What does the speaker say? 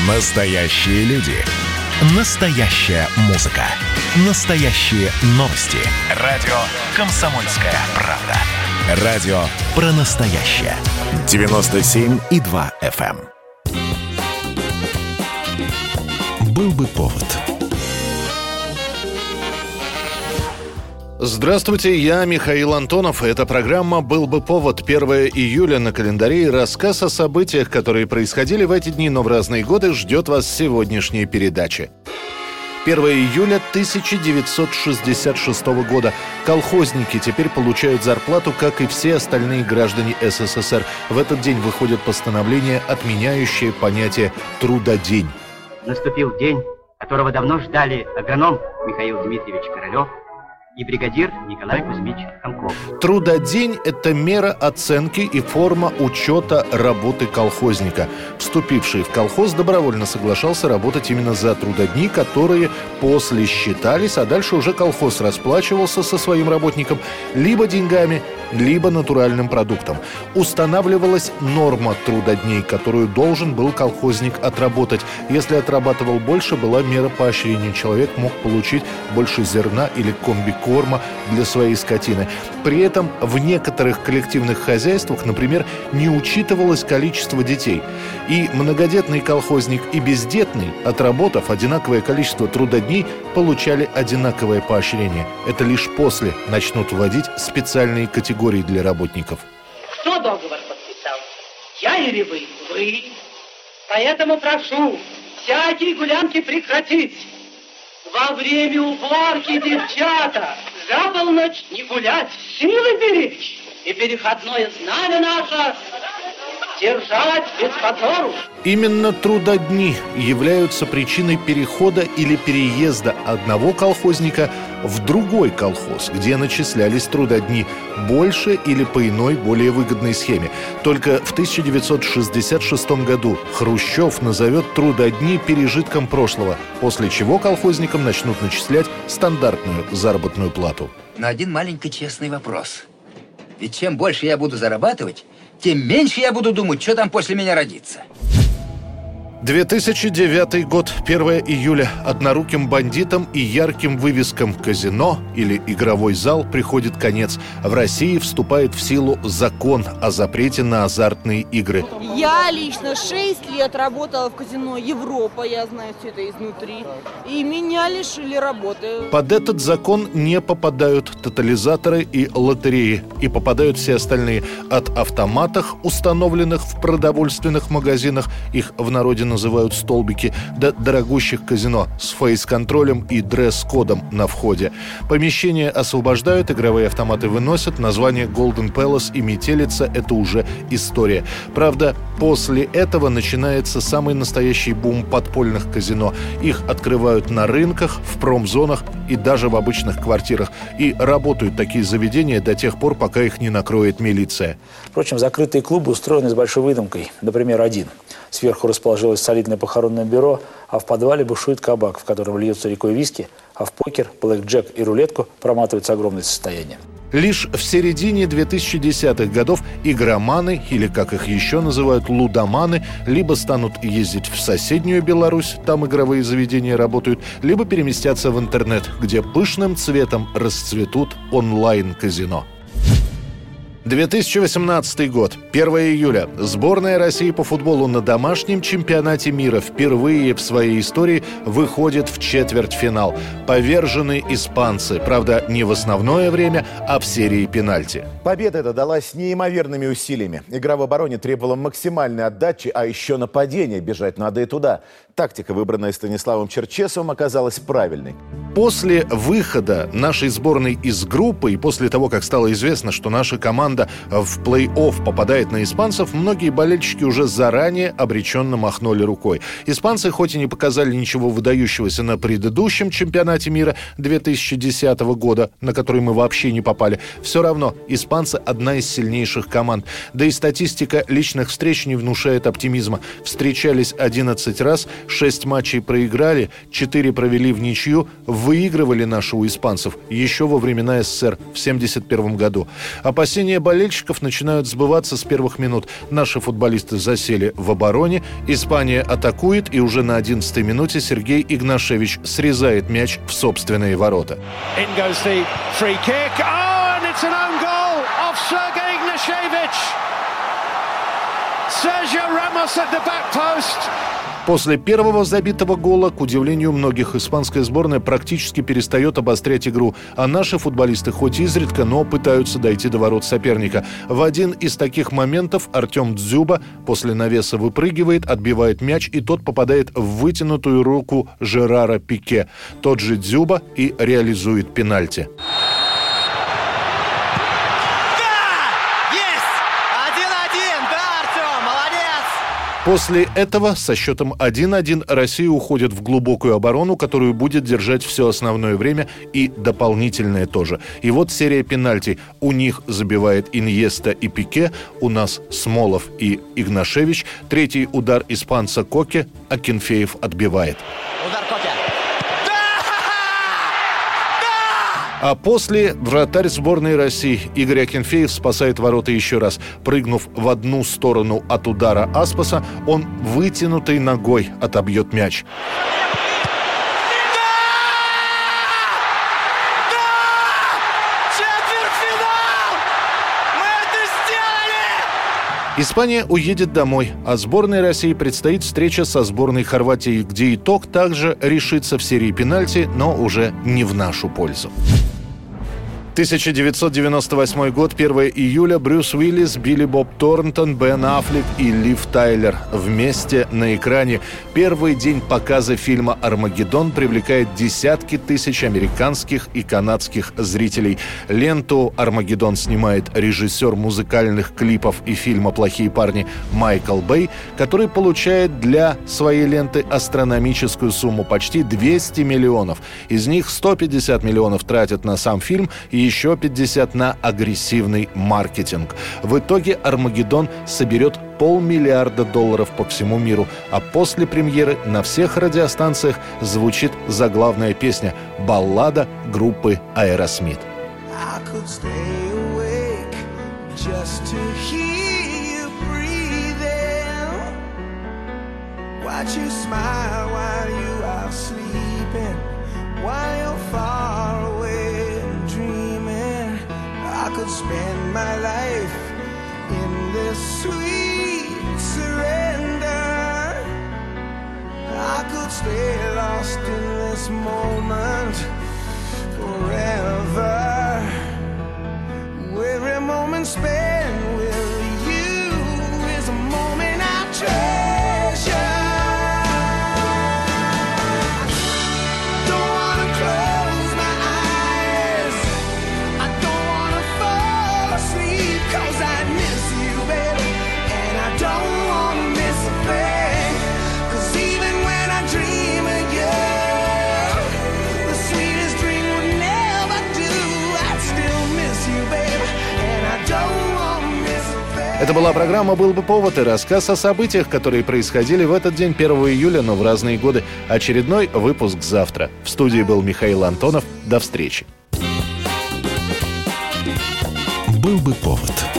Настоящие люди. Настоящая музыка. Настоящие новости. Радио «Комсомольская правда». Радио про настоящее. 97,2 FM. Был бы повод. Здравствуйте, я Михаил Антонов. Эта программа «Был бы повод». 1 июля на календаре, и рассказ о событиях, которые происходили в эти дни, но в разные годы, ждет вас сегодняшняя передача. 1 июля 1966 года. Колхозники теперь получают зарплату, как и все остальные граждане СССР. В этот день выходит постановление, отменяющее понятие «трудодень». Наступил день, которого давно ждали агроном Михаил Дмитриевич Королев и бригадир Николай Кузьмич Комков. Трудодень – это мера оценки и форма учета работы колхозника. Вступивший в колхоз добровольно соглашался работать именно за трудодни, которые после считались, а дальше уже колхоз расплачивался со своим работником либо деньгами, либо натуральным продуктом. Устанавливалась норма трудодней, которую должен был колхозник отработать. Если отрабатывал больше, была мера поощрения. Человек мог получить больше зерна или комбикорма для своей скотины. При этом в некоторых коллективных хозяйствах, например, не учитывалось количество детей. И многодетный колхозник, и бездетный, отработав одинаковое количество трудодней, получали одинаковое поощрение. Это лишь после начнут вводить специальные категории для работников. Кто договор подписал? Я или вы? Вы. Поэтому прошу всякие гулянки прекратить. Во время уборки, девчата, за полночь не гулять, силы беречь. И переходное знамя наше держать без позору. Именно трудодни являются причиной перехода или переезда одного колхозника в другой колхоз, где начислялись трудодни больше или по иной, более выгодной схеме. Только в 1966 году Хрущев назовет трудодни пережитком прошлого, после чего колхозникам начнут начислять стандартную заработную плату. Но один маленький честный вопрос. Ведь чем больше я буду зарабатывать, тем меньше я буду думать, что там после меня родится. 2009 год, 1 июля. Одноруким бандитам и ярким вывескам казино или игровой зал приходит конец. В России вступает в силу закон о запрете на азартные игры. Я лично 6 лет работала в казино Европа, я знаю все это изнутри. И меня лишили работы. Под этот закон не попадают тотализаторы и лотереи. И попадают все остальные. От автоматов, установленных в продовольственных магазинах, их в народе называют столбики, до дорогущих казино с фейс-контролем и дресс-кодом на входе. Помещения освобождают, игровые автоматы выносят, название Golden Palace и Метелица – это уже история. Правда, после этого начинается самый настоящий бум подпольных казино. Их открывают на рынках, в промзонах и даже в обычных квартирах. И работают такие заведения до тех пор, пока их не накроет милиция. Впрочем, закрытые клубы устроены с большой выдумкой. Например, один. Сверху расположилось солидное похоронное бюро, а в подвале бушует кабак, в котором льется рекой виски, а в покер, блэкджек и рулетку проматывается огромное состояние. Лишь в середине 2010-х годов игроманы, или как их еще называют, лудоманы, либо станут ездить в соседнюю Беларусь, там игровые заведения работают, либо переместятся в интернет, где пышным цветом расцветут онлайн-казино. 2018 год, 1 июля. Сборная России по футболу на домашнем чемпионате мира впервые в своей истории выходит в четвертьфинал. Повержены испанцы, правда, не в основное время, а в серии пенальти. Победа эта далась неимоверными усилиями. Игра в обороне требовала максимальной отдачи, а еще нападения. Бежать надо и туда. Тактика, выбранная Станиславом Черчесовым, оказалась правильной. После выхода нашей сборной из группы и после того, как стало известно, что наша команда в плей-офф попадает на испанцев, многие болельщики уже заранее обреченно махнули рукой. Испанцы хоть и не показали ничего выдающегося на предыдущем чемпионате мира 2010 года, на который мы вообще не попали, все равно испанцы одна из сильнейших команд. Да и статистика личных встреч не внушает оптимизма. Встречались 11 раз, 6 матчей проиграли, 4 провели в ничью, выигрывали наши у испанцев еще во времена СССР в 1971 году. Опасения болельщиков начинают сбываться с первых минут. Наши футболисты засели в обороне, Испания атакует, и уже на 11-й минуте Сергей Игнашевич срезает мяч в собственные ворота. После первого забитого гола, к удивлению многих, испанская сборная практически перестает обострять игру, а наши футболисты хоть изредка, но пытаются дойти до ворот соперника. В один из таких моментов Артем Дзюба после навеса выпрыгивает, отбивает мяч, и тот попадает в вытянутую руку Жерара Пике. Тот же Дзюба и реализует пенальти. После этого со счетом 1-1 Россия уходит в глубокую оборону, которую будет держать все основное время и дополнительное тоже. И вот серия пенальти. У них забивает Иньеста и Пике, у нас Смолов и Игнашевич. Третий удар испанца Коке, Акинфеев отбивает. Удар Коке. А после вратарь сборной России Игорь Акинфеев спасает ворота еще раз. Прыгнув в одну сторону от удара Аспаса, он вытянутой ногой отобьет мяч. Испания уедет домой, а сборной России предстоит встреча со сборной Хорватии, где итог также решится в серии пенальти, но уже не в нашу пользу. 1998 год, 1 июля. Брюс Уиллис, Билли Боб Торнтон, Бен Аффлек и Лив Тайлер вместе на экране. Первый день показа фильма «Армагеддон» привлекает десятки тысяч американских и канадских зрителей. Ленту «Армагеддон» снимает режиссер музыкальных клипов и фильма «Плохие парни» Майкл Бэй, который получает для своей ленты астрономическую сумму – почти 200 миллионов. Из них 150 миллионов тратят на сам фильм и еще 50 на агрессивный маркетинг. В итоге «Армагеддон» соберет $500 миллиарда по всему миру, а после премьеры на всех радиостанциях звучит заглавная песня — баллада группы Aerosmith. Spend my life in this sweet surrender. I could stay lost in this moment forever. Every moment spent with you is a moment I treasure. Это была программа «Был бы повод» и рассказ о событиях, которые происходили в этот день, 1 июля, но в разные годы. Очередной выпуск завтра. В студии был Михаил Антонов. До встречи. «Был бы повод».